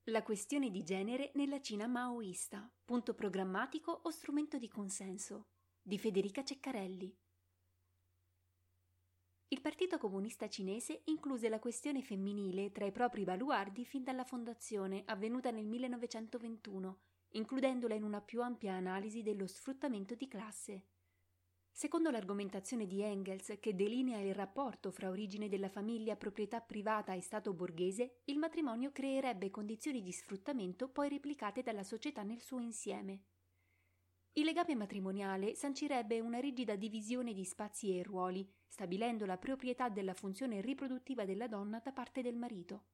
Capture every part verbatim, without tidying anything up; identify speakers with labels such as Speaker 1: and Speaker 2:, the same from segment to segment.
Speaker 1: La questione di genere nella Cina maoista, punto programmatico o strumento di consenso, di Federica Ceccarelli. Il Partito Comunista Cinese incluse la questione femminile tra i propri baluardi fin dalla fondazione, avvenuta nel millenovecentoventuno, includendola in una più ampia analisi dello sfruttamento di classe. Secondo l'argomentazione di Engels, che delinea il rapporto fra origine della famiglia, proprietà privata e stato borghese, il matrimonio creerebbe condizioni di sfruttamento poi replicate dalla società nel suo insieme. Il legame matrimoniale sancirebbe una rigida divisione di spazi e ruoli, stabilendo la proprietà della funzione riproduttiva della donna da parte del marito.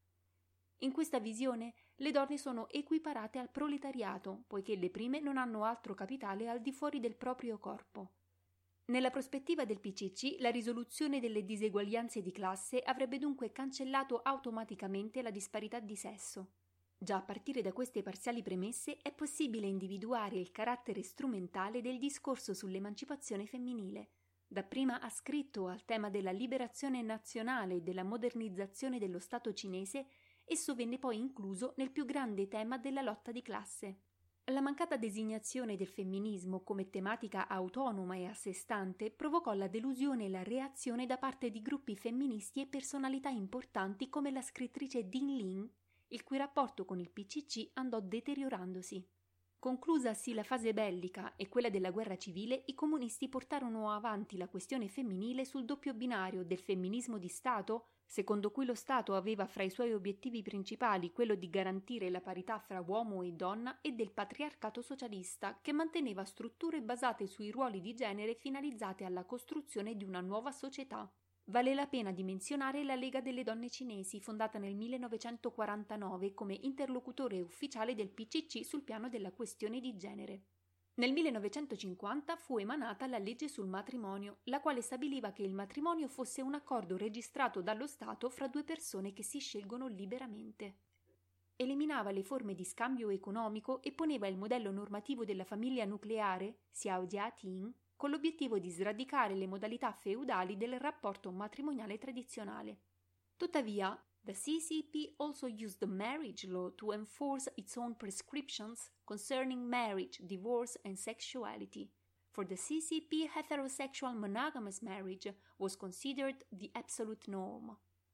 Speaker 1: In questa visione le donne sono equiparate al proletariato, poiché le prime non hanno altro capitale al di fuori del proprio corpo. Nella prospettiva del P C C, la risoluzione delle diseguaglianze di classe avrebbe dunque cancellato automaticamente la disparità di sesso. Già a partire da queste parziali premesse è possibile individuare il carattere strumentale del discorso sull'emancipazione femminile. Dapprima ascritto al tema della liberazione nazionale e della modernizzazione dello Stato cinese, esso venne poi incluso nel più grande tema della lotta di classe. La mancata designazione del femminismo come tematica autonoma e a sé stante provocò la delusione e la reazione da parte di gruppi femministi e personalità importanti come la scrittrice Ding Lin, il cui rapporto con il P C C andò deteriorandosi. Conclusasi la fase bellica e quella della guerra civile, i comunisti portarono avanti la questione femminile sul doppio binario del femminismo di Stato, secondo cui lo Stato aveva fra i suoi obiettivi principali quello di garantire la parità fra uomo e donna, e del patriarcato socialista, che manteneva strutture basate sui ruoli di genere finalizzate alla costruzione di una nuova società. Vale la pena di menzionare la Lega delle Donne Cinesi, fondata nel millenovecentoquarantanove come interlocutore ufficiale del P C C sul piano della questione di genere. Nel millenovecentocinquanta fu emanata la legge sul matrimonio, la quale stabiliva che il matrimonio fosse un accordo registrato dallo Stato fra due persone che si scelgono liberamente. Eliminava le forme di scambio economico e poneva il modello normativo della famiglia nucleare, Xiao Jia Ting, con l'obiettivo di sradicare le modalità feudali del rapporto matrimoniale tradizionale. Tuttavia, the C C P also used the marriage law to enforce its own prescriptions concerning marriage, divorce, and sexuality. For the C C P, heterosexual monogamous marriage was considered the absolute norm.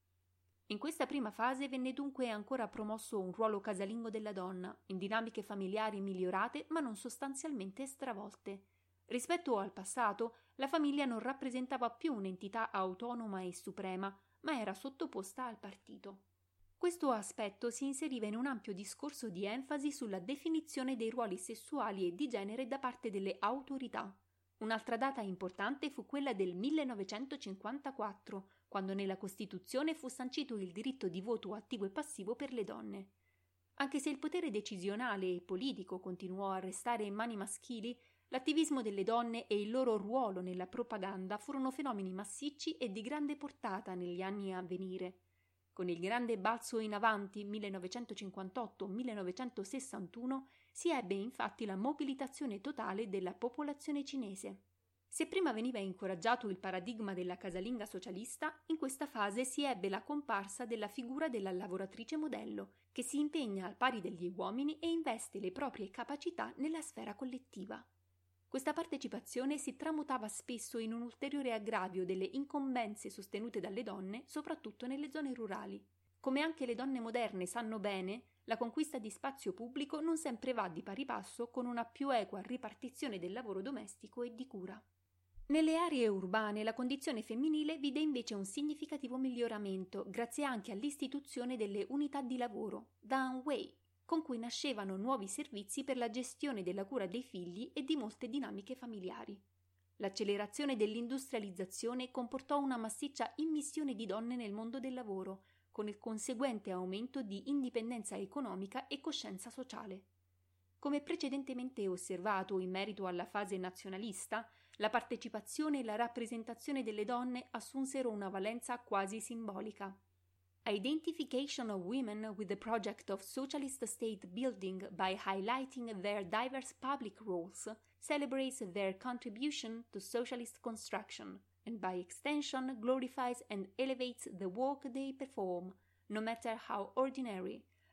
Speaker 1: In questa prima fase venne dunque ancora promosso un ruolo casalingo della donna, in dinamiche familiari migliorate ma non sostanzialmente stravolte. Rispetto al passato, la famiglia non rappresentava più un'entità autonoma e suprema, ma era sottoposta al partito. Questo aspetto si inseriva in un ampio discorso di enfasi sulla definizione dei ruoli sessuali e di genere da parte delle autorità. Un'altra data importante fu quella del millenovecentocinquantaquattro, quando nella Costituzione fu sancito il diritto di voto attivo e passivo per le donne. Anche se il potere decisionale e politico continuò a restare in mani maschili, l'attivismo delle donne e il loro ruolo nella propaganda furono fenomeni massicci e di grande portata negli anni a venire. Con il grande balzo in avanti millenovecentocinquantotto millenovecentosessantuno si ebbe infatti la mobilitazione totale della popolazione cinese. Se prima veniva incoraggiato il paradigma della casalinga socialista, in questa fase si ebbe la comparsa della figura della lavoratrice modello, che si impegna al pari degli uomini e investe le proprie capacità nella sfera collettiva. Questa partecipazione si tramutava spesso in un ulteriore aggravio delle incombenze sostenute dalle donne, soprattutto nelle zone rurali. Come anche le donne moderne sanno bene, la conquista di spazio pubblico non sempre va di pari passo con una più equa ripartizione del lavoro domestico e di cura. Nelle aree urbane la condizione femminile vide invece un significativo miglioramento, grazie anche all'istituzione delle unità di lavoro, Dan Wei, con cui nascevano nuovi servizi per la gestione della cura dei figli e di molte dinamiche familiari. L'accelerazione dell'industrializzazione comportò una massiccia immissione di donne nel mondo del lavoro, con il conseguente aumento di indipendenza economica e coscienza sociale. Come precedentemente osservato in merito alla fase nazionalista, la partecipazione e la rappresentazione delle donne assunsero una valenza quasi simbolica. Identification of women with the project of socialist state building by highlighting their diverse public roles celebrates their contribution to socialist construction, and by extension glorifies and elevates the work they perform, no matter how ordinary,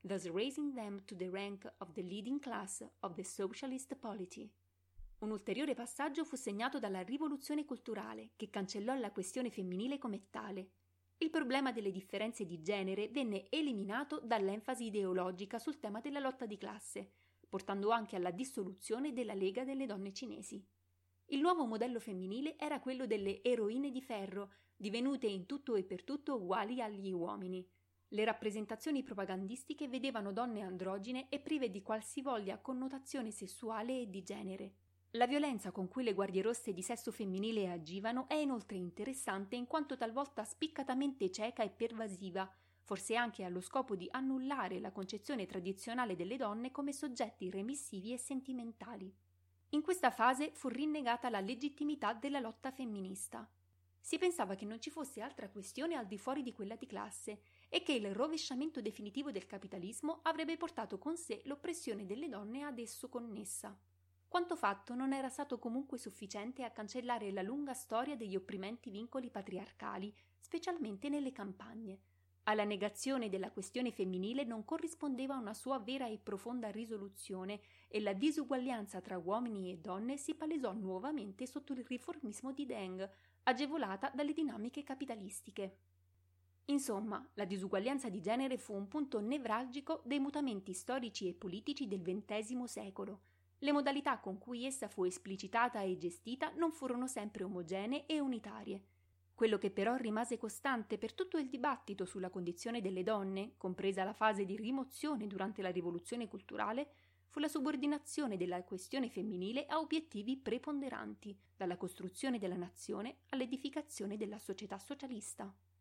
Speaker 1: thus raising them to the rank of the leading class of the socialist polity. Un ulteriore passaggio fu segnato dalla rivoluzione culturale, che cancellò la questione femminile come tale. Il problema delle differenze di genere venne eliminato dall'enfasi ideologica sul tema della lotta di classe, portando anche alla dissoluzione della Lega delle donne cinesi. Il nuovo modello femminile era quello delle eroine di ferro, divenute in tutto e per tutto uguali agli uomini. Le rappresentazioni propagandistiche vedevano donne androgine e prive di qualsivoglia connotazione sessuale e di genere. La violenza con cui le guardie rosse di sesso femminile agivano è inoltre interessante in quanto talvolta spiccatamente cieca e pervasiva, forse anche allo scopo di annullare la concezione tradizionale delle donne come soggetti remissivi e sentimentali. In questa fase fu rinnegata la legittimità della lotta femminista. Si pensava che non ci fosse altra questione al di fuori di quella di classe e che il rovesciamento definitivo del capitalismo avrebbe portato con sé l'oppressione delle donne ad esso connessa. Quanto fatto non era stato comunque sufficiente a cancellare la lunga storia degli opprimenti vincoli patriarcali, specialmente nelle campagne. Alla negazione della questione femminile non corrispondeva una sua vera e profonda risoluzione e la disuguaglianza tra uomini e donne si palesò nuovamente sotto il riformismo di Deng, agevolata dalle dinamiche capitalistiche. Insomma, la disuguaglianza di genere fu un punto nevralgico dei mutamenti storici e politici del ventesimo secolo. Le modalità con cui essa fu esplicitata e gestita non furono sempre omogenee e unitarie. Quello che però rimase costante per tutto il dibattito sulla condizione delle donne, compresa la fase di rimozione durante la rivoluzione culturale, fu la subordinazione della questione femminile a obiettivi preponderanti, dalla costruzione della nazione all'edificazione della società socialista.